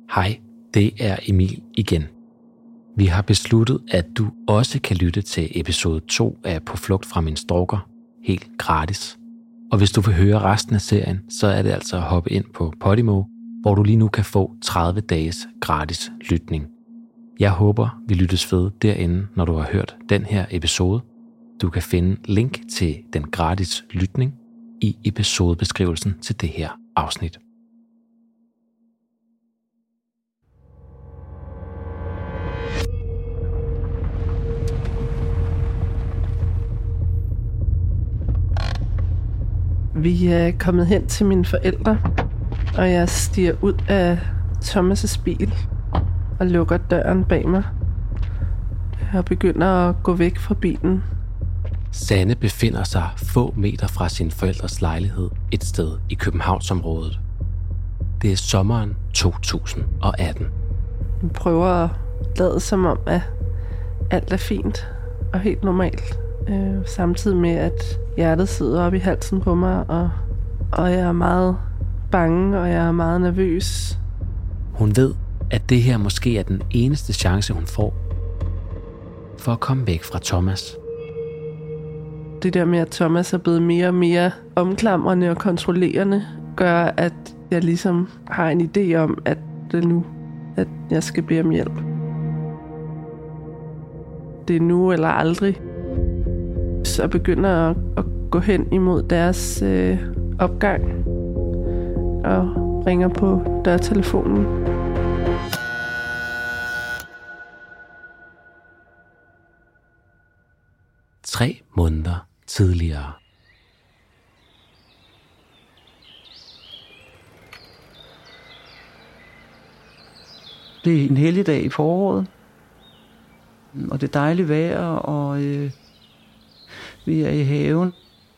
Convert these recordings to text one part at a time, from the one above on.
Hej, det er Emil igen. Vi har besluttet, at du også kan lytte til episode 2 af På flugt fra min stalker, helt gratis. Og hvis du vil høre resten af serien, så er det altså at hoppe ind på Podimo, hvor du lige nu kan få 30 dages gratis lytning. Jeg håber, vi lyttes ved derinde, når du har hørt den her episode. Du kan finde link til den gratis lytning i episodebeskrivelsen til det her afsnit. Vi er kommet hen til mine forældre, og jeg stiger ud af Thomas' bil og lukker døren bag mig. Jeg begynder at gå væk fra bilen. Sanne befinder sig få meter fra sin forældres lejlighed et sted i Københavnsområdet. Det er sommeren 2018. Jeg prøver at lade som om, at alt er fint og helt normalt. Samtidig med, at hjertet sidder op i halsen på mig, og jeg er meget bange, og jeg er meget nervøs. Hun ved, at det her måske er den eneste chance, hun får for at komme væk fra Thomas. Det der med, at Thomas er blevet mere og mere omklamrende og kontrollerende, gør, at jeg ligesom har en idé om, at det er nu, at jeg skal bede om hjælp. Det er nu eller aldrig. Så begynder jeg at gå hen imod deres opgang og ringer på dørtelefonen. Tre måneder tidligere. Det er en helligdag i foråret, og det er dejligt vejr, og vi er i haven.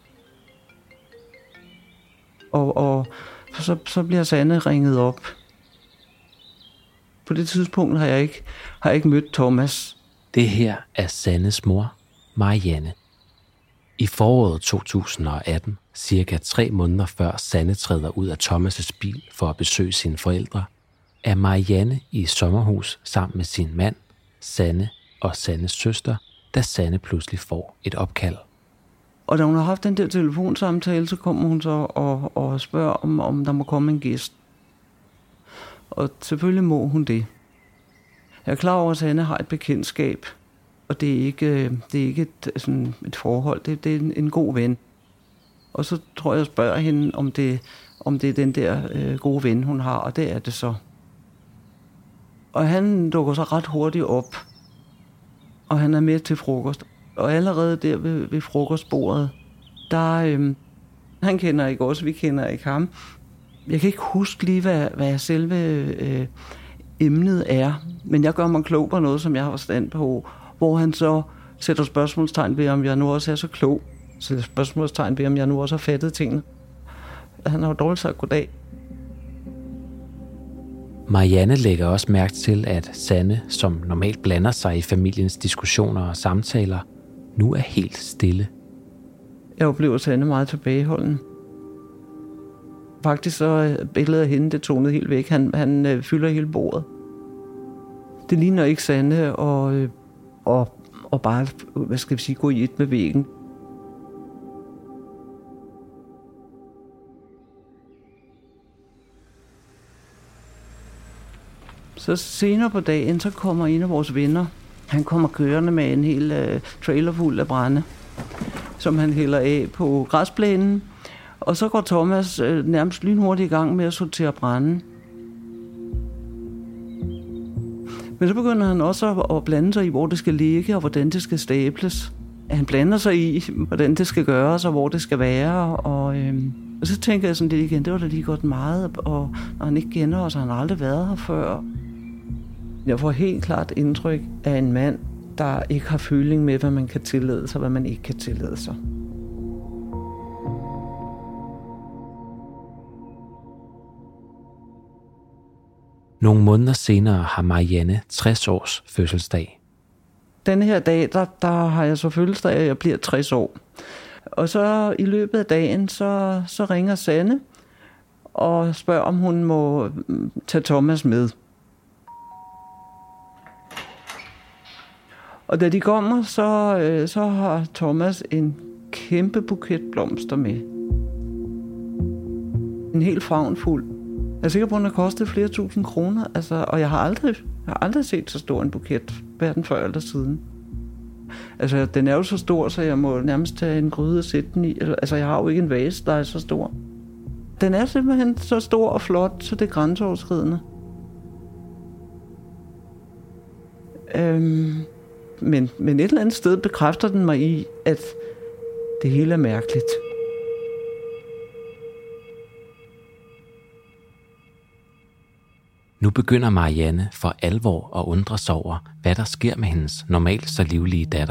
Og så bliver Sanne ringet op. På det tidspunkt har jeg ikke mødt Thomas. Det her er Sannes mor, Marianne. I foråret 2018, cirka 3 måneder før Sanne træder ud af Thomas' bil for at besøge sine forældre, er Marianne i sommerhus sammen med sin mand, Sanne og Sannes søster, da Sanne pludselig får et opkald. Og da hun har haft den der telefonsamtale, så kommer hun så og spørger, om der må komme en gæst. Og selvfølgelig må hun det. Jeg er klar over, at Sanne har et bekendtskab, og det er ikke et forhold, det er en god ven. Og så tror jeg spørger hende, om det er den der gode ven, hun har, og det er det så. Og han dukker så ret hurtigt op, og han er med til frokost. Og allerede der ved frokostbordet, han kender ikke os, vi kender ikke ham. Jeg kan ikke huske lige, hvad selve emnet er, men jeg gør mig klog på noget, som jeg har forstand på, hvor han så sætter spørgsmålstegn ved, om jeg nu også er så klog. Sætter spørgsmålstegn ved, om jeg nu også har fattet tingene. Han har jo dårligt sagt goddag. Marianne lægger også mærke til, at Sanne, som normalt blander sig i familiens diskussioner og samtaler, nu er helt stille. Jeg oplever Sanne meget tilbageholden. Faktisk så er billedet af hende, det tonet helt væk. Han fylder hele bordet. Det ligner ikke Sanne og bare, hvad skal vi sige, gå i et med væggen. Så senere på dagen, så kommer en af vores venner. Han kommer kørende med en hel trailer fuld af brænde, som han hælder af på græsplænen. Og så går Thomas nærmest lynhurtigt i gang med at sortere brænde. Men så begynder han også at blande sig i, hvor det skal ligge og hvordan det skal stables. Han blander sig i, hvordan det skal gøres og hvor det skal være. Og så tænker jeg sådan lidt igen, det var da lige godt meget. Og når han ikke kender os, har han aldrig været her før. Jeg får helt klart indtryk af en mand, der ikke har føling med, hvad man kan tillade sig og hvad man ikke kan tillade sig. Nogle måneder senere har Marianne 60 års fødselsdag. Denne her dag, der har jeg så fødselsdag, at jeg bliver 60 år. Og så i løbet af dagen, så ringer Sanne og spørger, om hun må tage Thomas med. Og da de kommer, så har Thomas en kæmpe buket blomster med. En helt favnfuld. Jeg er sikker på, at den har kostet flere tusind kroner. Altså, og jeg har aldrig set så stor en buket, hverken før eller siden. Altså, den er jo så stor, så jeg må nærmest tage en gryde og sætte den i. Altså, jeg har jo ikke en vase, der er så stor. Den er simpelthen så stor og flot, så det er grænseoverskridende. Men et eller andet sted bekræfter den mig i, at det hele er mærkeligt. Nu begynder Marianne for alvor at undre sig over, hvad der sker med hendes normalt så livlige datter.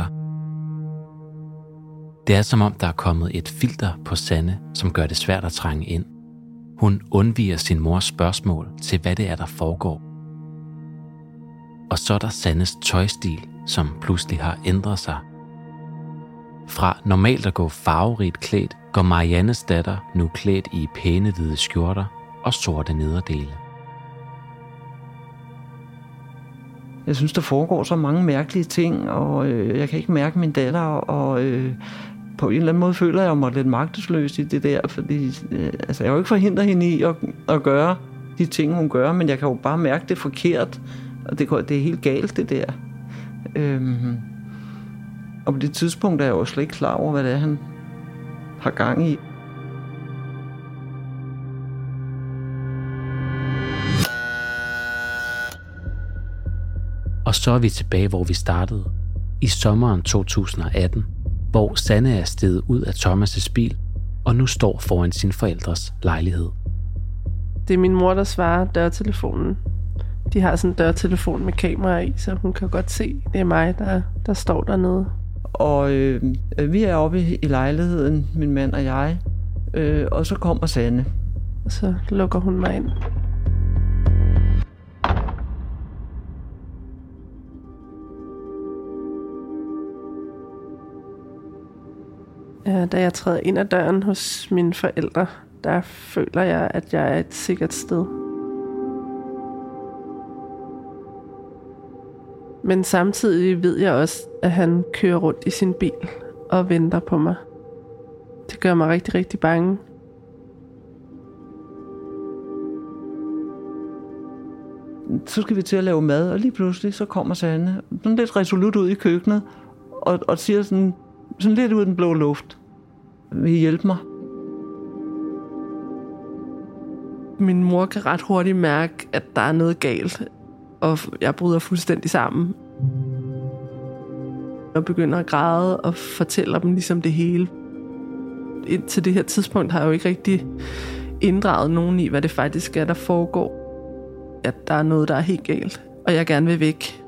Det er som om, der er kommet et filter på Sanne, som gør det svært at trænge ind. Hun undviger sin mors spørgsmål til, hvad det er, der foregår. Og så er der Sannes tøjstil, som pludselig har ændret sig. Fra normalt at gå farverigt klædt, går Mariannes datter nu klædt i pæne hvide skjorter og sorte nederdele. Jeg synes, der foregår så mange mærkelige ting, og jeg kan ikke mærke min datter, og på en eller anden måde føler jeg mig lidt magtesløs i det der, fordi jeg har jo ikke forhindret hende i at gøre de ting, hun gør, men jeg kan jo bare mærke det forkert, og det er helt galt, det der. Og på det tidspunkt er jeg jo slet ikke klar over, hvad det er, han har gang i. Og så er vi tilbage, hvor vi startede. I sommeren 2018, hvor Sanne er steget ud af Thomas' bil, og nu står foran sin forældres lejlighed. Det er min mor, der svarer dørtelefonen. De har sådan en dørtelefon med kamera i, så hun kan godt se, det er mig, der står dernede. Og vi er oppe i lejligheden, min mand og jeg, og så kommer Sanne. Og så lukker hun mig ind. Da jeg træder ind ad døren hos mine forældre, der føler jeg, at jeg er et sikkert sted. Men samtidig ved jeg også, at han kører rundt i sin bil og venter på mig. Det gør mig rigtig, rigtig bange. Så skal vi til at lave mad, og lige pludselig så kommer Sanne sådan lidt resolut ud i køkkenet og siger sådan lidt ud af den blå luft: vil I hjælpe mig? Min mor kan ret hurtigt mærke, at der er noget galt, og jeg bryder fuldstændig sammen. Jeg begynder at græde og fortæller dem ligesom det hele. Indtil det her tidspunkt har jeg jo ikke rigtig inddraget nogen i, hvad det faktisk er, der foregår. At der er noget, der er helt galt, og jeg gerne vil væk.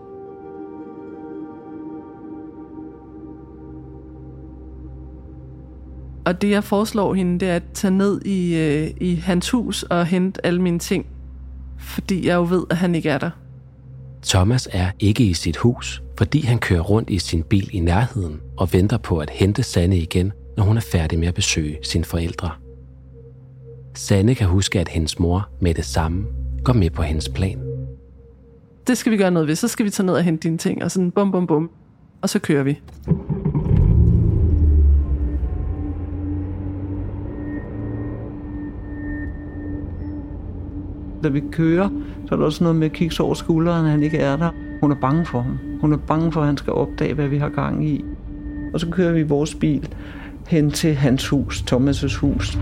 Og det, jeg foreslår hende, det er at tage ned i hans hus og hente alle mine ting. Fordi jeg jo ved, at han ikke er der. Thomas er ikke i sit hus, fordi han kører rundt i sin bil i nærheden og venter på at hente Sanne igen, når hun er færdig med at besøge sine forældre. Sanne kan huske, at hendes mor med det samme går med på hendes plan. Det skal vi gøre noget ved. Så skal vi tage ned og hente dine ting, og sådan bum, bum, bum. Og så kører vi. Da vi kører, så er der også noget med at kigge over skulderen, at han ikke er der. Hun er bange for ham. Hun er bange for, at han skal opdage, hvad vi har gang i. Og så kører vi vores bil hen til hans hus, Thomas' hus.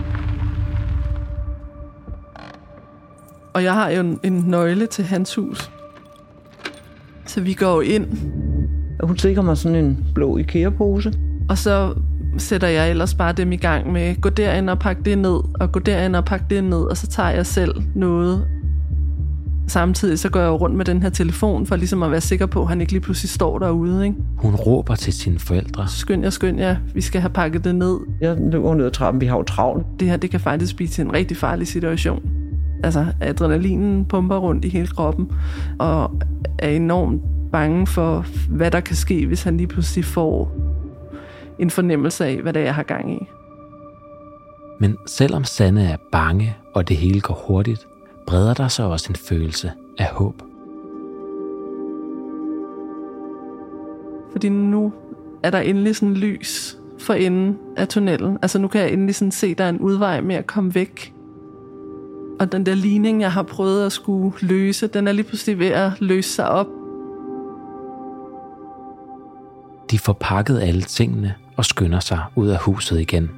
Og jeg har jo en nøgle til hans hus. Så vi går ind. Hun sikrer mig sådan en blå IKEA-pose. Og så sætter jeg ellers bare dem i gang med, gå derind og pakke det ned, og gå derind og pakke det ned, og så tager jeg selv noget. Samtidig så går jeg jo rundt med den her telefon, for ligesom at være sikker på, at han ikke lige pludselig står derude, ikke? Hun råber til sine forældre. Skynd jer, vi skal have pakket det ned. Jeg løber ned ad trappen, vi har jo travlt. Det her, det kan faktisk blive til en rigtig farlig situation. Altså, adrenalinen pumper rundt i hele kroppen, og er enormt bange for, hvad der kan ske, hvis han lige pludselig får en fornemmelse af, hvad det er, jeg har gang i. Men selvom Sanne er bange, og det hele går hurtigt, breder der sig også en følelse af håb. Fordi nu er der endelig sådan lys for enden af tunnelen. Altså nu kan jeg endelig sådan se, der er en udvej med at komme væk. Og den der ligning, jeg har prøvet at skulle løse, den er lige pludselig ved at løse sig op. De får pakket alle tingene og skynder sig ud af huset igen.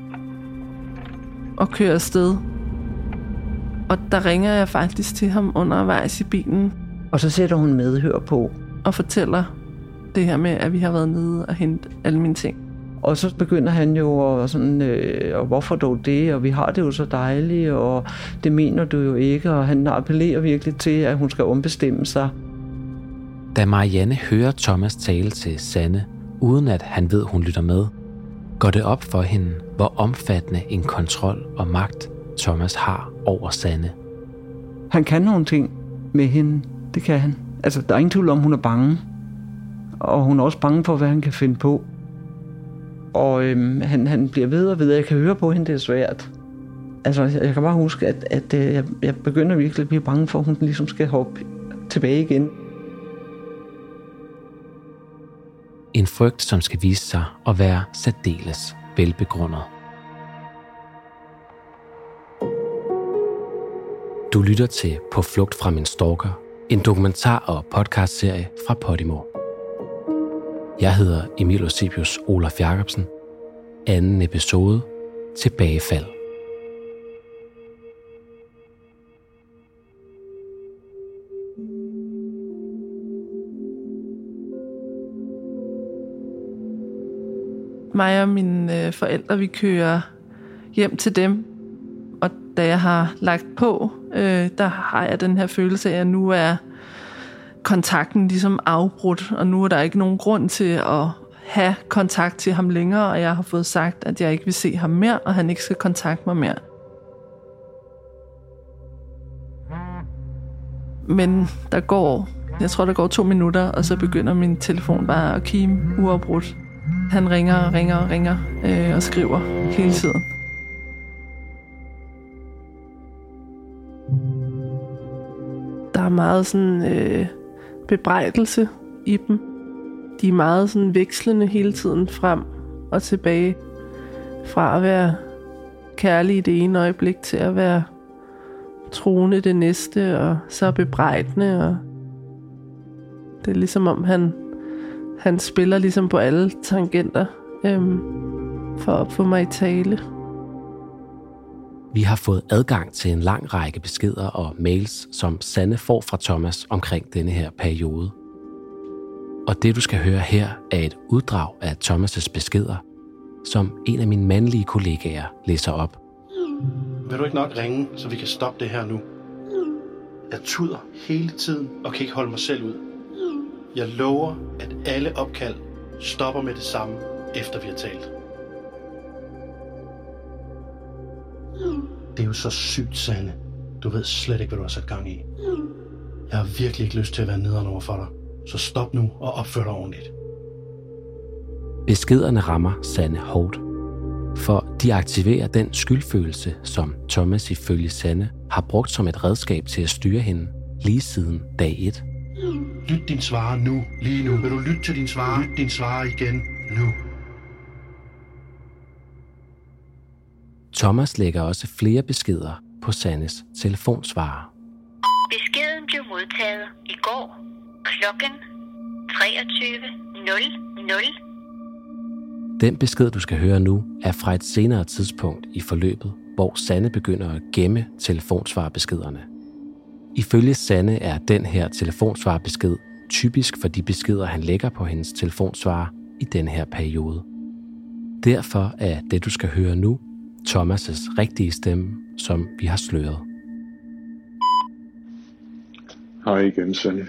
Og kører afsted. Og der ringer jeg faktisk til ham undervejs i bilen. Og så sætter hun medhør på. Og fortæller det her med, at vi har været nede og hentet alle mine ting. Og så begynder han jo at sådan, og hvorfor dog det, og vi har det jo så dejligt, og det mener du jo ikke, og han appellerer virkelig til, at hun skal ombestemme sig. Da Marianne hører Thomas tale til Sanne, uden at han ved, hun lytter med, går det op for hende, hvor omfattende en kontrol og magt Thomas har over Sanne. Han kan nogle ting med hende, det kan han. Altså, der er ingen tvivl om, hun er bange. Og hun er også bange for, hvad han kan finde på. Og han bliver ved og ved, jeg kan høre på hende, det er svært. Altså, jeg kan bare huske, at jeg begynder virkelig at blive bange for, at hun ligesom skal hoppe tilbage igen. En frygt, som skal vise sig at være særdeles velbegrundet. Du lytter til På flugt fra min stalker, en dokumentar- og podcastserie fra Podimo. Jeg hedder Emil Eusebius Olaf Jacobsen. Anden episode, Tilbagefald. Mig og mine forældre, vi kører hjem til dem. Og da jeg har lagt på, der har jeg den her følelse af, at nu er kontakten ligesom afbrudt, og nu er der ikke nogen grund til at have kontakt til ham længere, og jeg har fået sagt, at jeg ikke vil se ham mere, og han ikke skal kontakte mig mere. Men der går 2 minutter, og så begynder min telefon bare at kime uafbrudt. Han ringer og ringer og ringer og skriver hele tiden. Der er meget sådan bebrejdelse i dem. De er meget sådan vekslende hele tiden frem og tilbage. Fra at være kærlige det ene øjeblik til at være troende det næste, og så bebrejdende. Og det er ligesom om han spiller ligesom på alle tangenter for at få mig i tale. Vi har fået adgang til en lang række beskeder og mails, som Sanne får fra Thomas omkring denne her periode. Og det, du skal høre her, er et uddrag af Thomas' beskeder, som en af mine mandlige kollegaer læser op. Vil du ikke nok ringe, så vi kan stoppe det her nu? Jeg tuder hele tiden og kan ikke holde mig selv ud. Jeg lover, at alle opkald stopper med det samme, efter vi har talt. Det er jo så sygt, Sanne. Du ved slet ikke, hvad du har sat gang i. Jeg har virkelig ikke lyst til at være nederen over for dig. Så stop nu og opfør dig ordentligt. Beskederne rammer Sanne hårdt, for de aktiverer den skyldfølelse, som Thomas ifølge Sanne har brugt som et redskab til at styre hende lige siden dag 1. Lyt din svarer nu, lige nu. Vil du lytte til din svarer? Lyt din svarer igen, nu. Thomas lægger også flere beskeder på Sannes telefonsvarer. Beskeden blev modtaget i går klokken 23:00. Den besked, du skal høre nu, er fra et senere tidspunkt i forløbet, hvor Sanne begynder at gemme telefonsvarbeskederne. Ifølge Sanne er den her telefonsvarbesked typisk for de beskeder, han lægger på hendes telefonsvarer i den her periode. Derfor er det, du skal høre nu, Thomas' rigtige stemme, som vi har sløret. Hej igen, Sanne.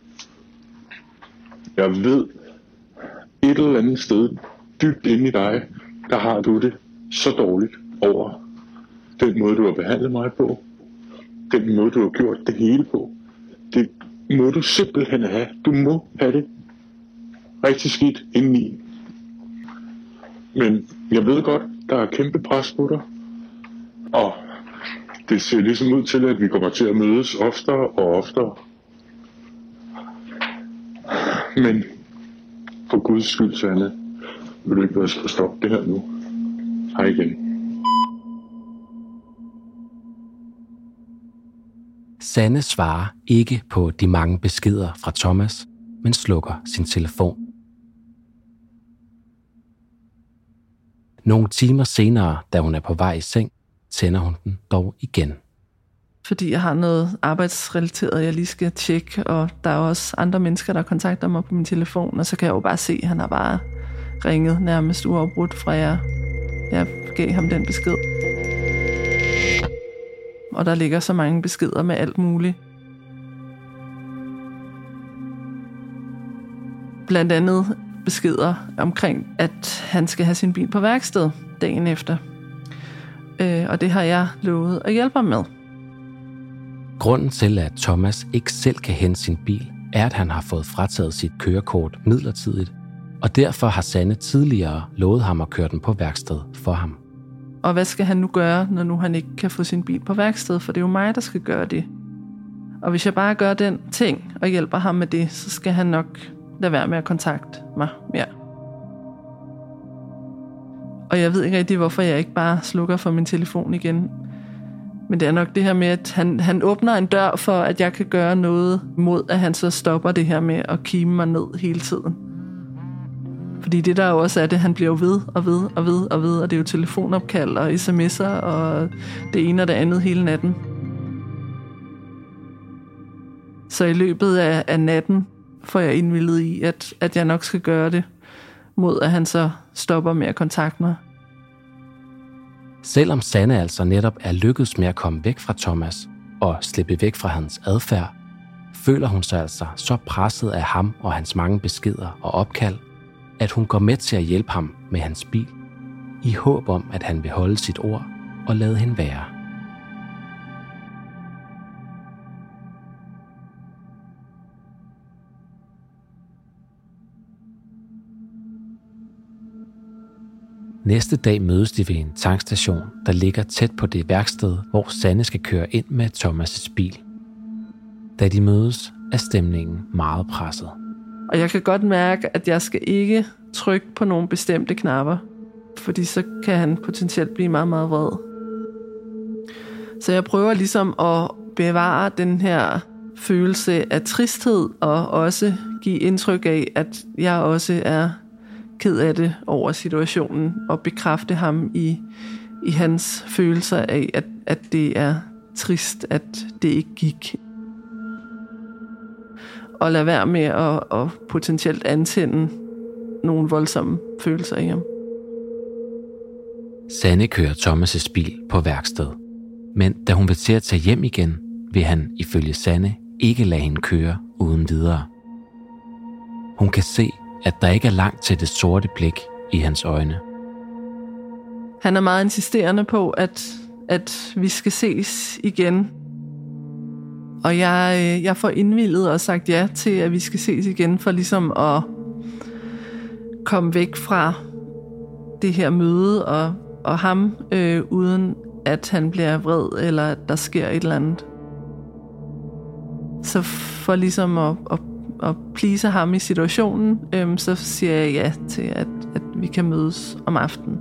Jeg ved, et eller andet sted, dybt inde i dig, der har du det så dårligt over den måde, du har behandlet mig på. Den måde, du har gjort det hele på. Det må du simpelthen have. Du må have det rigtig skidt indeni. Men jeg ved godt, der er kæmpe pres på dig. Og det ser ligesom ud til, at vi kommer til at mødes oftere og oftere. Men For Guds skyld, Sanne, vil du ikke være så stoppe det her nu? Hej igen. Sanne svarer ikke på de mange beskeder fra Thomas, men slukker sin telefon. Nogle timer senere, da hun er på vej i seng, tænder hun den dog igen. Fordi jeg har noget arbejdsrelateret, jeg lige skal tjekke, og der er også andre mennesker, der kontakter mig på min telefon, og så kan jeg jo bare se, at han har bare ringet nærmest uafbrudt fra jeg gav ham den besked. Og der ligger så mange beskeder med alt muligt. Blandt andet beskeder omkring, at han skal have sin bil på værksted dagen efter. Og det har jeg lovet at hjælpe ham med. Grunden til, at Thomas ikke selv kan hente sin bil, er, at han har fået frataget sit kørekort midlertidigt, og derfor har Sanne tidligere lovet ham at køre den på værksted for ham. Og hvad skal han nu gøre, når nu han ikke kan få sin bil på værksted, for det er jo mig, der skal gøre det. Og hvis jeg bare gør den ting og hjælper ham med det, så skal han nok lade være med at kontakte mig mere. Og jeg ved ikke rigtig, hvorfor jeg ikke bare slukker for min telefon igen. Men det er nok det her med, at han åbner en dør for, at jeg kan gøre noget mod, at han så stopper det her med at kime mig ned hele tiden. Fordi det der jo også er det, han bliver jo ved og ved og ved og ved, og det er jo telefonopkald og sms'er og det ene og det andet hele natten. Så i løbet af natten får jeg indvildet i, at jeg nok skal gøre det, mod at han så stopper med at kontakte mig. Selvom Sanne altså netop er lykkedes med at komme væk fra Thomas og slippe væk fra hans adfærd, føler hun sig altså så presset af ham og hans mange beskeder og opkald, at hun går med til at hjælpe ham med hans bil, i håb om, at han vil holde sit ord og lade hende være. Næste dag mødes de ved en tankstation, der ligger tæt på det værksted, hvor Sanne skal køre ind med Thomas' bil. Da de mødes, er stemningen meget presset. Og jeg kan godt mærke, at jeg skal ikke trykke på nogle bestemte knapper, fordi så kan han potentielt blive meget, meget vred. Så jeg prøver ligesom at bevare den her følelse af tristhed, og også give indtryk af, at jeg også er ked af det over situationen, og bekræfte ham i hans følelser af, at det er trist, at det ikke gik. Og lade være med at potentielt antænde nogle voldsomme følelser i ham. Sanne kører Thomas' bil på værksted, men da hun vil til at tage hjem igen, vil han ifølge Sanne ikke lade hende køre uden videre. Hun kan se, at der ikke er langt til det sorte blik i hans øjne. Han er meget insisterende på, at vi skal ses igen. Og jeg får indvilget og sagt ja til, at vi skal ses igen, for ligesom at komme væk fra det her møde og ham, uden at han bliver vred, eller at der sker et eller andet. Så for ligesom at please ham i situationen, så siger jeg ja til, at vi kan mødes om aftenen.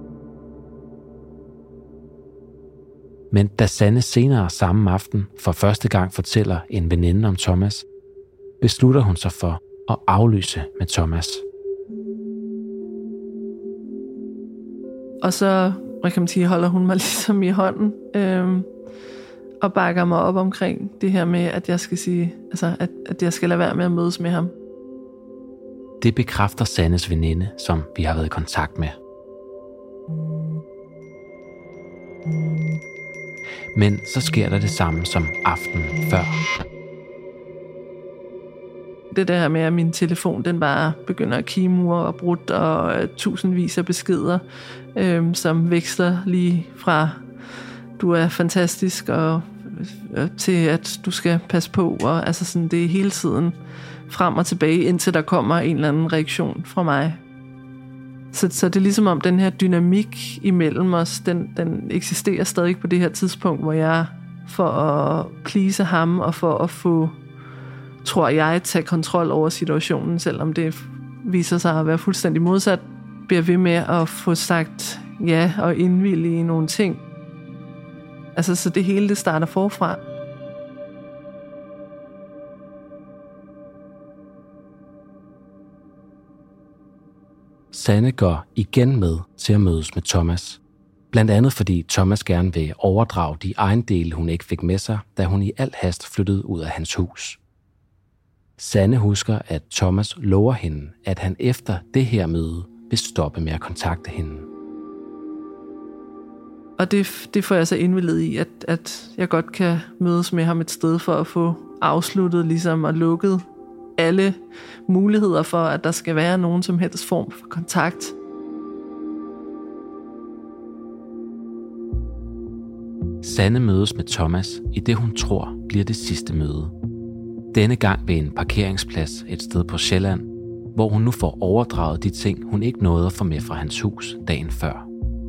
Men da Sanne senere samme aften for første gang fortæller en veninde om Thomas, beslutter hun sig for at aflyse med Thomas. Og så, hvad kan man sige, holder hun mig ligesom i hånden, og bakker mig op omkring det her med, at jeg skal sige, altså at jeg skal lade være med at mødes med ham. Det bekræfter Sannes veninde, som vi har været i kontakt med. Men så sker der det samme som aftenen før. Det der med, at min telefon, den bare begynder at kime og brudt, og tusindvis af beskeder, som veksler lige fra, du er fantastisk, og til at du skal passe på, og altså sådan, det er hele tiden frem og tilbage, indtil der kommer en eller anden reaktion fra mig. Så det er ligesom om den her dynamik imellem os, den eksisterer stadig på det her tidspunkt, hvor jeg for at please ham og for at få, tror jeg, tage kontrol over situationen, selvom det viser sig at være fuldstændig modsat, bliver ved med at få sagt ja og indvillige i nogle ting. Altså, så det hele, det starter forfra. Sanne går igen med til at mødes med Thomas. Blandt andet fordi Thomas gerne vil overdrage de ejendele, hun ikke fik med sig, da hun i al hast flyttede ud af hans hus. Sanne husker, at Thomas lover hende, at han efter det her møde vil stoppe med at kontakte hende. Og det får jeg så indvilliget i, at jeg godt kan mødes med ham et sted for at få afsluttet ligesom og lukket alle muligheder for, at der skal være nogen som helst form for kontakt. Sanne mødes med Thomas i det, hun tror bliver det sidste møde. Denne gang ved en parkeringsplads et sted på Sjælland, hvor hun nu får overdraget de ting, hun ikke nåede at få med fra hans hus dagen før.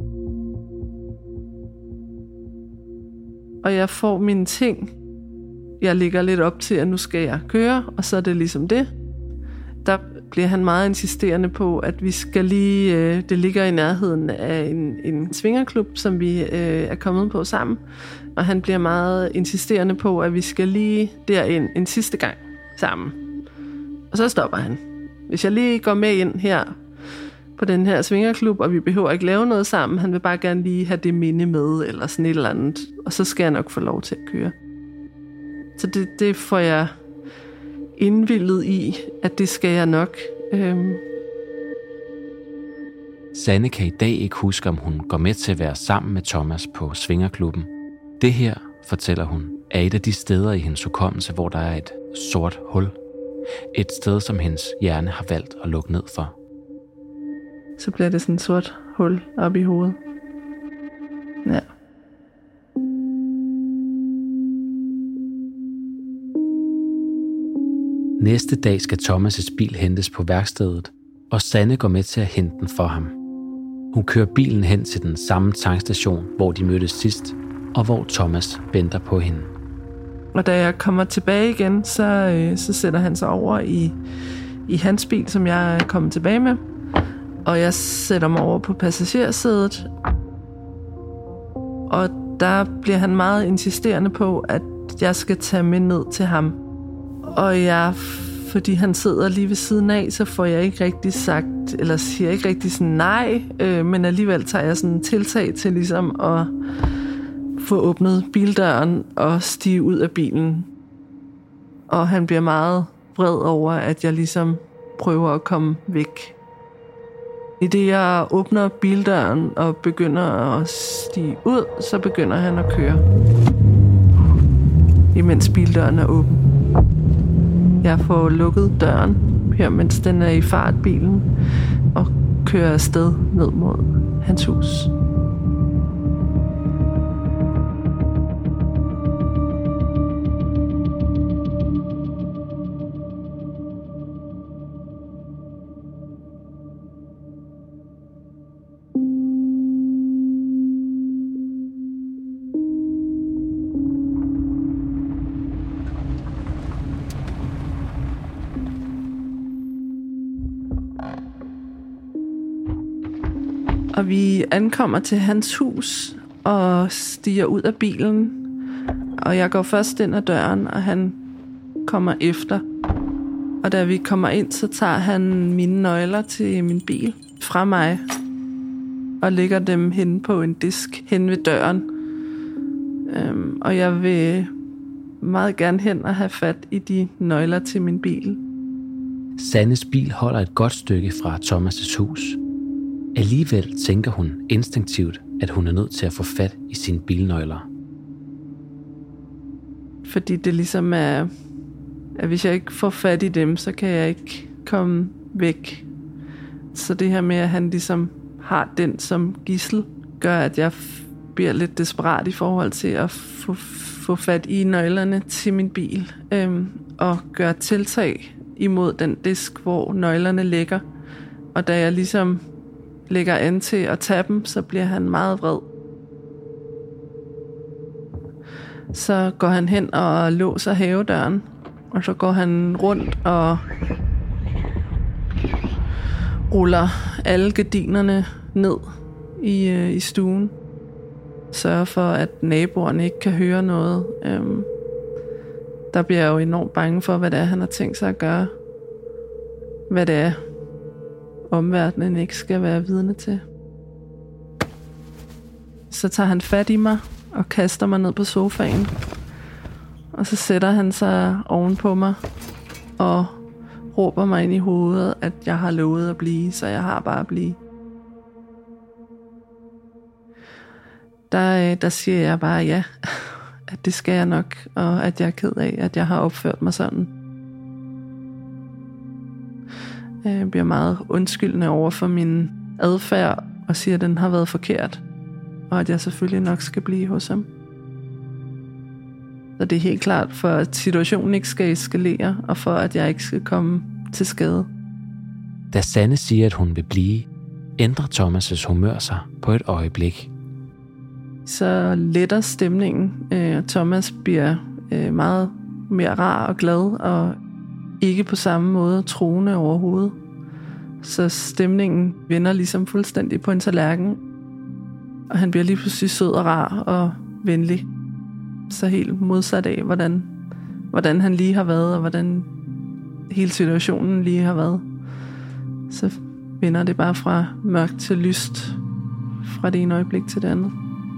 Og jeg får mine ting. Jeg ligger lidt op til, at nu skal jeg køre, og så er det ligesom det. Der bliver han meget insisterende på, at vi skal lige... Det ligger i nærheden af en svingerklub, som vi er kommet på sammen. Og han bliver meget insisterende på, at vi skal lige derind en sidste gang sammen. Og så stopper han. Hvis jeg lige går med ind her på den her svingerklub, og vi behøver ikke lave noget sammen, han vil bare gerne lige have det minde med, eller sådan et eller andet. Og så skal jeg nok få lov til at køre. Så det får jeg indvildet i, at det skal jeg nok. Sanne kan i dag ikke huske, om hun går med til at være sammen med Thomas på svingerklubben. Det her, fortæller hun, er et af de steder i hendes hukommelse, hvor der er et sort hul. Et sted, som hendes hjerne har valgt at lukke ned for. Så bliver det sådan et sort hul op i hovedet. Ja. Næste dag skal Thomas' bil hentes på værkstedet, og Sanne går med til at hente den for ham. Hun kører bilen hen til den samme tankstation, hvor de mødtes sidst, og hvor Thomas venter på hende. Og da jeg kommer tilbage igen, så sætter han sig over i hans bil, som jeg er kommet tilbage med. Og jeg sætter mig over på passagersædet. Og der bliver han meget insisterende på, at jeg skal tage med ned til ham. Og fordi han sidder lige ved siden af, så får jeg ikke rigtig sagt, eller siger ikke rigtig sådan nej, men alligevel tager jeg sådan en tiltag til ligesom at få åbnet bildøren og stige ud af bilen. Og han bliver meget vred over, at jeg ligesom prøver at komme væk. I det jeg åbner bildøren og begynder at stige ud, så begynder han at køre. Imens bildøren er åben. Jeg får lukket døren her, mens den er i fart, bilen, og kører afsted ned mod hans hus. Og vi ankommer til hans hus og stiger ud af bilen. Og jeg går først ind ad døren, og han kommer efter. Og da vi kommer ind, så tager han mine nøgler til min bil fra mig og lægger dem hen på en disk hen ved døren. Og jeg vil meget gerne hen og have fat i de nøgler til min bil. Sannes bil holder et godt stykke fra Thomas' hus. Alligevel tænker hun instinktivt, at hun er nødt til at få fat i sine bilnøgler. Fordi det ligesom er, at hvis jeg ikke får fat i dem, så kan jeg ikke komme væk. Så det her med, at han ligesom har den som gidsel, gør, at jeg bliver lidt desperat i forhold til at få fat i nøglerne til min bil. Og gøre tiltag imod den disk, hvor nøglerne ligger. Og da jeg ligesom lægger an til at tage dem, så bliver han meget vred. Så går han hen og låser havedøren, og så går han rundt og ruller alle gardinerne ned i stuen. Sørger for, at naboerne ikke kan høre noget. Der bliver jeg jo enormt bange for, hvad det er, han har tænkt sig at gøre. Hvad det er, omverdenen ikke skal være vidne til. Så tager han fat i mig og kaster mig ned på sofaen. Og så sætter han sig ovenpå mig og råber mig ind i hovedet, at jeg har lovet at blive, så jeg har bare at blive. Der siger jeg bare ja, at det skal jeg nok, og at jeg er ked af, at jeg har opført mig sådan. Jeg bliver meget undskyldende over for min adfærd, og siger, at den har været forkert, og at jeg selvfølgelig nok skal blive hos ham. Så det er helt klart, for at situationen ikke skal eskalere, og for at jeg ikke skal komme til skade. Da Sanne siger, at hun vil blive, ændrer Thomas' humør sig på et øjeblik. Så letter stemningen. Thomas bliver meget mere rar og glad, og ikke på samme måde truende overhovedet. Så stemningen vender ligesom fuldstændig på en tallerken, og han bliver lige pludselig sød og rar og venlig. Så helt modsat af, hvordan han lige har været, og hvordan hele situationen lige har været. Så vender det bare fra mørkt til lyst, fra det ene øjeblik til det andet.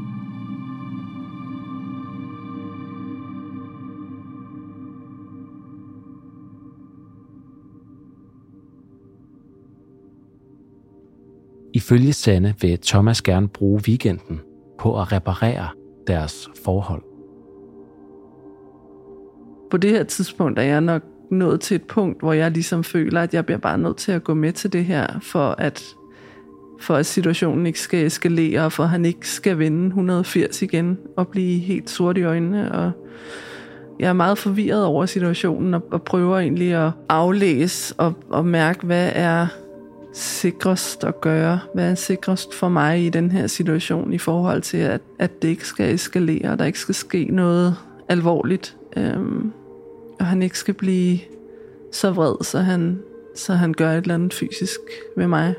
Ifølge Sanne vil Thomas gerne bruge weekenden på at reparere deres forhold. På det her tidspunkt er jeg nok nået til et punkt, hvor jeg ligesom føler, at jeg bliver bare nødt til at gå med til det her, for at situationen ikke skal eskalere, og for at han ikke skal vende 180 igen og blive helt sort i øjnene. Og jeg er meget forvirret over situationen og prøver egentlig at aflæse og mærke, hvad er sikrest at gøre, hvad er sikrest for mig i den her situation i forhold til, at det ikke skal eskalere, og der ikke skal ske noget alvorligt, og han ikke skal blive så vred, så han gør et eller andet fysisk ved mig.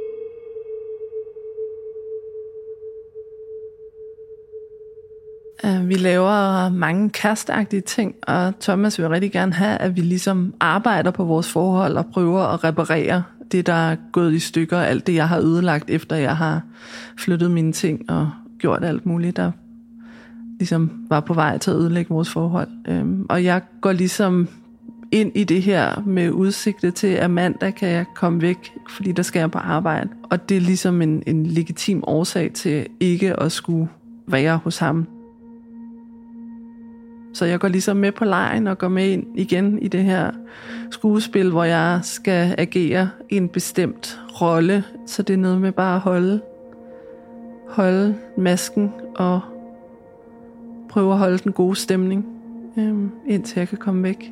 Vi laver mange kæresteagtige ting, og Thomas vil rigtig gerne have, at vi ligesom arbejder på vores forhold og prøver at reparere det, der er gået i stykker, alt det, jeg har ødelagt, efter jeg har flyttet mine ting og gjort alt muligt, der ligesom var på vej til at ødelægge vores forhold. Og jeg går ligesom ind i det her med udsigte til, at mandag kan jeg komme væk, fordi der skal jeg på arbejde. Og det er ligesom en legitim årsag til ikke at skulle være hos ham. Så jeg går ligesom med på lejen og går med ind igen i det her skuespil, hvor jeg skal agere i en bestemt rolle. Så det er noget med bare at holde masken og prøve at holde den gode stemning, indtil jeg kan komme væk.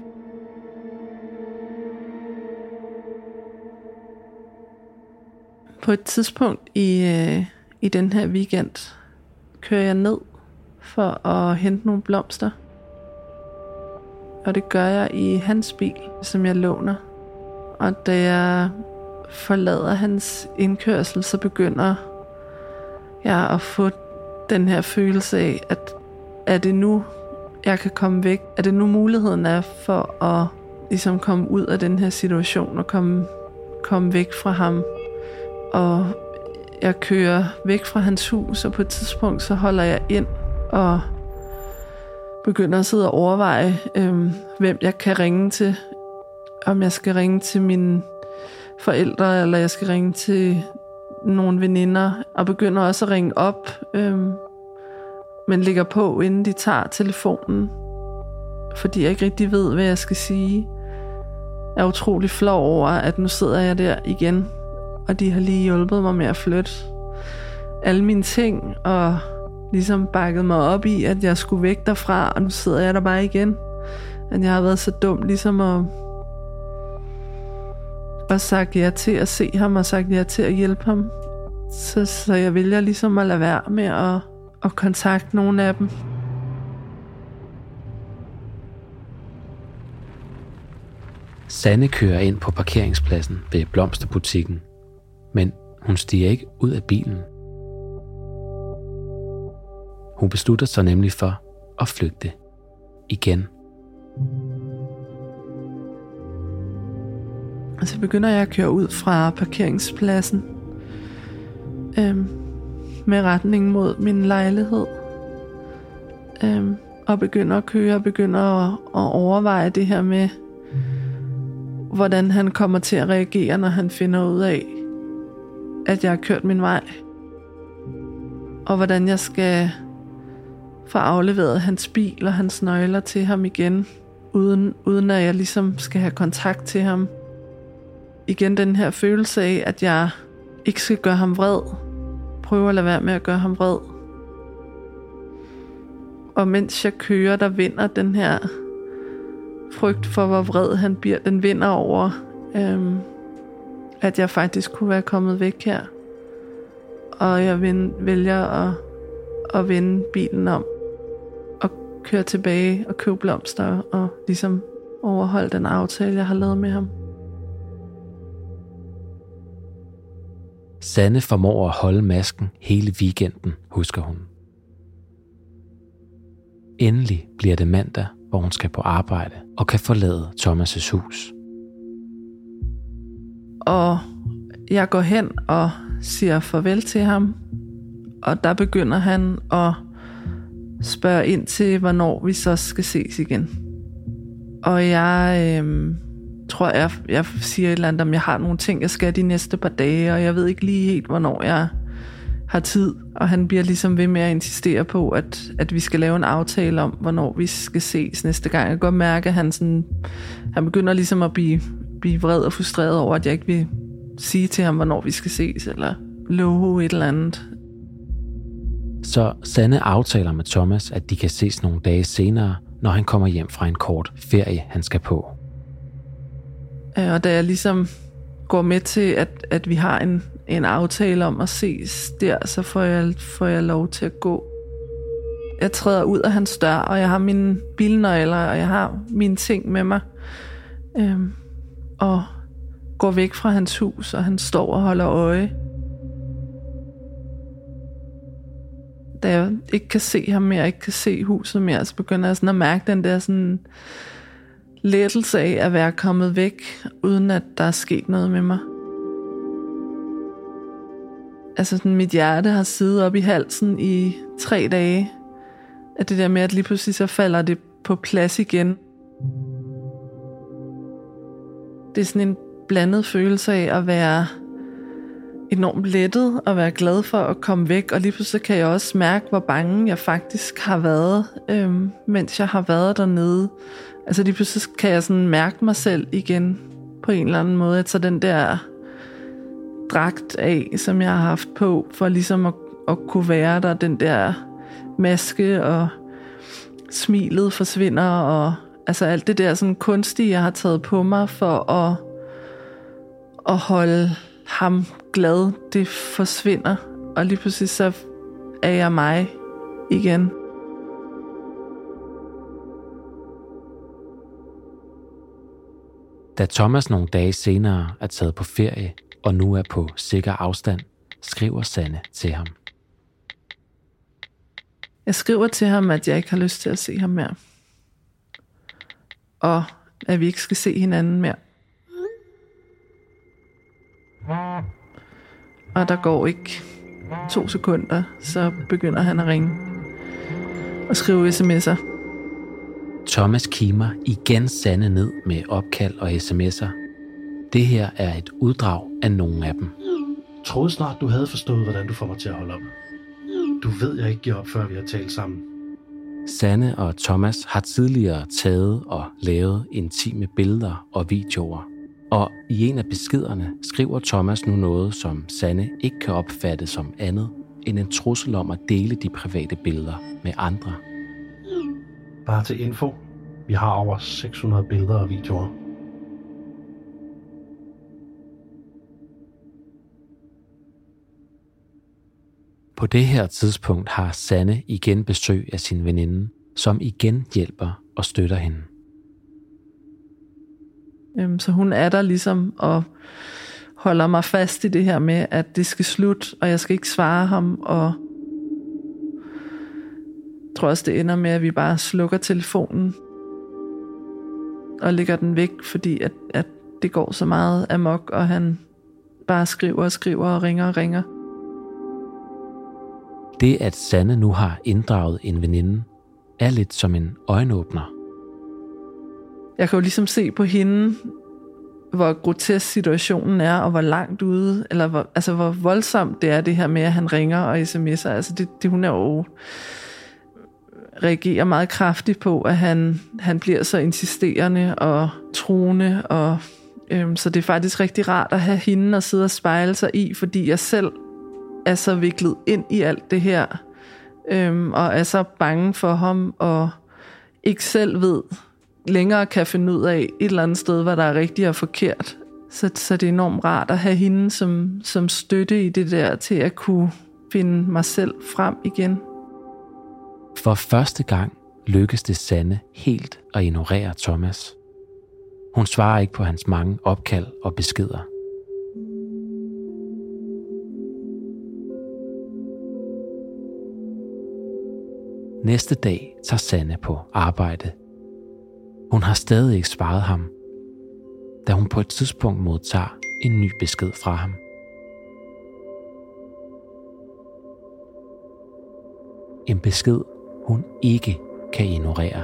På et tidspunkt i den her weekend kører jeg ned for at hente nogle blomster. Og det gør jeg i hans bil, som jeg låner. Og da jeg forlader hans indkørsel, så begynder jeg at få den her følelse af, at er det nu, jeg kan komme væk? Er det nu muligheden er for at ligesom komme ud af den her situation og komme væk fra ham? Og jeg kører væk fra hans hus, og på et tidspunkt så holder jeg ind og begynder at sidde og overveje, hvem jeg kan ringe til. Om jeg skal ringe til mine forældre, eller jeg skal ringe til nogle veninder, og begynder også at ringe op, men ligger på, inden de tager telefonen, fordi jeg ikke rigtig ved, hvad jeg skal sige. Jeg er utrolig flov over, at nu sidder jeg der igen, og de har lige hjulpet mig med at flytte alle mine ting, og ligesom bakket mig op i, at jeg skulle væk derfra, og nu sidder jeg der bare igen. At jeg har været så dum ligesom at sagt ja til at se ham, og sagt ja til at hjælpe ham. Så jeg vælger ligesom at lade være med at kontakte nogle af dem. Sanne kører ind på parkeringspladsen ved blomsterbutikken Men hun stiger ikke ud af bilen. Hun beslutter sig nemlig for at flygte igen. Og så begynder jeg at køre ud fra parkeringspladsen med retning mod min lejlighed. Og begynder at køre og begynder at overveje det her med, hvordan han kommer til at reagere, når han finder ud af, at jeg har kørt min vej. Og hvordan jeg skal få afleveret hans bil og hans nøgler til ham igen, uden at jeg ligesom skal have kontakt til ham. Igen den her følelse af, at jeg ikke skal gøre ham vred. Prøve at lade være med at gøre ham vred. Og mens jeg kører, der vinder den her frygt for, hvor vred han bliver. Den vinder over, at jeg faktisk kunne være kommet væk her. Og jeg vælger at vende bilen om. Og køre tilbage og købe blomster. Og ligesom overholde den aftale, jeg har lavet med ham. Sanne formår at holde masken hele weekenden, husker hun. Endelig bliver det mandag, hvor hun skal på arbejde og kan forlade Thomas' hus. Og jeg går hen og siger farvel til ham. Og der begynder han at spørge ind til, hvornår vi så skal ses igen. Og jeg tror, jeg siger et eller andet, om jeg har nogle ting, jeg skal de næste par dage, og jeg ved ikke lige helt, hvornår jeg har tid. Og han bliver ligesom ved med at insistere på, at vi skal lave en aftale om, hvornår vi skal ses næste gang. Jeg kan godt mærke, at han begynder ligesom at blive vred og frustreret over, at jeg ikke vil sige til ham, hvornår vi skal ses, eller love et eller andet. Så Sanne aftaler med Thomas, at de kan ses nogle dage senere, når han kommer hjem fra en kort ferie, han skal på. Og da jeg ligesom går med til, at vi har en aftale om at ses der, så får jeg lov til at gå. Jeg træder ud af hans dør, og jeg har mine bilnøgler, og jeg har mine ting med mig. Og går væk fra hans hus, og han står og holder øje. Da jeg ikke kan se ham mere, ikke kan se huset mere, så begynder jeg sådan at mærke den der sådan lettelse af at være kommet væk, uden at der er sket noget med mig. Altså sådan, mit hjerte har siddet op i halsen i 3 dage. At det der med, at lige pludselig så falder det på plads igen. Det er sådan en blandet følelse af at være enormt lettet og være glad for at komme væk. Og lige pludselig kan jeg også mærke, hvor bange jeg faktisk har været, mens jeg har været dernede. Altså lige pludselig kan jeg sådan mærke mig selv igen på en eller anden måde. Så den der dragt af, som jeg har haft på, for ligesom at kunne være der, den der maske og smilet forsvinder, og altså alt det der sådan kunstige, jeg har taget på mig for at holde ham glad, det forsvinder, og lige pludselig så er jeg mig igen. Da Thomas nogle dage senere er taget på ferie og nu er på sikker afstand, skriver Sanne til ham. Jeg skriver til ham, at jeg ikke har lyst til at se ham mere. Og at vi ikke skal se hinanden mere. Og der går ikke 2 sekunder, så begynder han at ringe og skrive sms'er. Thomas kimer igen Sanne ned med opkald og sms'er. Det her er et uddrag af nogle af dem. Jeg troede snart, du havde forstået, hvordan du får mig til at holde op. Du ved, jeg ikke giver op, før vi har talt sammen. Sanne og Thomas har tidligere taget og lavet intime billeder og videoer. Og i en af beskederne skriver Thomas nu noget, som Sanne ikke kan opfatte som andet end en trussel om at dele de private billeder med andre. Bare til info. Vi har over 600 billeder og videoer. På det her tidspunkt har Sanne igen besøg af sin veninde, som igen hjælper og støtter hende. Så hun er der ligesom og holder mig fast i det her med, at det skal slutte, og jeg skal ikke svare ham, og jeg tror også, det ender med, at vi bare slukker telefonen og lægger den væk, fordi at det går så meget amok, og han bare skriver og ringer. Det, at Sanne nu har inddraget en veninde, er lidt som en øjenåbner. Jeg kan jo ligesom se på hende, hvor grotesk situationen er, og hvor langt ude, eller hvor voldsomt det er, det her med, at han ringer og sms'er. Altså hun er jo reagerer meget kraftigt på, at han bliver så insisterende og truende, og så det er faktisk rigtig rart at have hende at sidde og spejle sig i, fordi jeg selv er så viklet ind i alt det her, og er så bange for ham, og ikke selv ved længere kan finde ud af et eller andet sted, hvad der er rigtigt og forkert. Så det er enormt rart at have hende som støtte i det der, til at kunne finde mig selv frem igen. For første gang lykkes det Sanne helt at ignorere Thomas. Hun svarer ikke på hans mange opkald og beskeder. Næste dag tager Sanne på arbejde. Hun har stadig ikke svaret ham, da hun på et tidspunkt modtager en ny besked fra ham. En besked, hun ikke kan ignorere.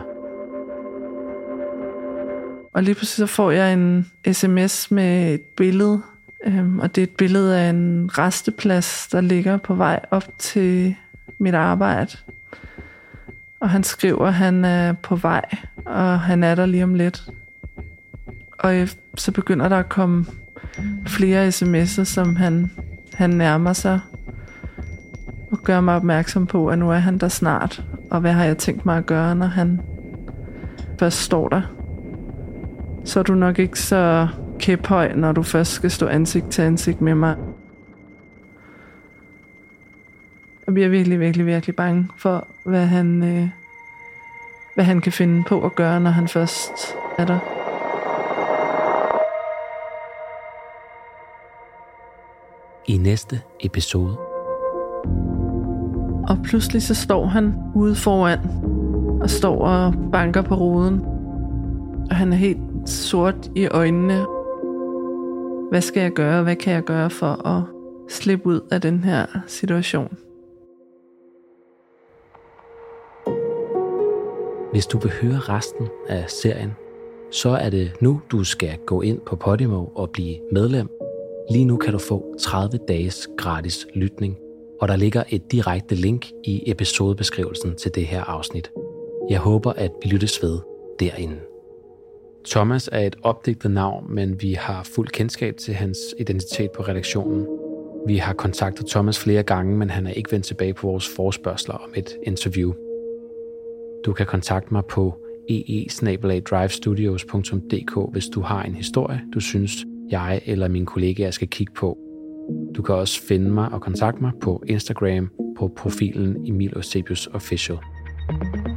Og lige pludselig så får jeg en sms med et billede, og det er et billede af en resteplads, der ligger på vej op til mit arbejde. Og han skriver, at han er på vej, og han er der lige om lidt. Og så begynder der at komme flere sms'er, som han nærmer sig, og gør mig opmærksom på, at nu er han der snart. Og hvad har jeg tænkt mig at gøre, når han først står der? Så er du nok ikke så kæphøj, når du først skal stå ansigt til ansigt med mig. Jeg bliver virkelig, virkelig, virkelig bange for, hvad han kan finde på at gøre, når han først er der. I næste episode. Og pludselig så står han ude foran og står og banker på ruden. Og han er helt sort i øjnene. Hvad skal jeg gøre? Hvad kan jeg gøre for at slippe ud af den her situation? Hvis du vil høre resten af serien, så er det nu, du skal gå ind på Podimo og blive medlem. Lige nu kan du få 30 dages gratis lytning, og der ligger et direkte link i episodebeskrivelsen til det her afsnit. Jeg håber, at vi lyttes ved derinde. Thomas er et opdigtet navn, men vi har fuld kendskab til hans identitet på redaktionen. Vi har kontaktet Thomas flere gange, men han er ikke vendt tilbage på vores forespørgsler om et interview. Du kan kontakte mig på ee@drivestudios.dk, hvis du har en historie, du synes, jeg eller mine kollegaer skal kigge på. Du kan også finde mig og kontakte mig på Instagram på profilen Emil Eusebius Official.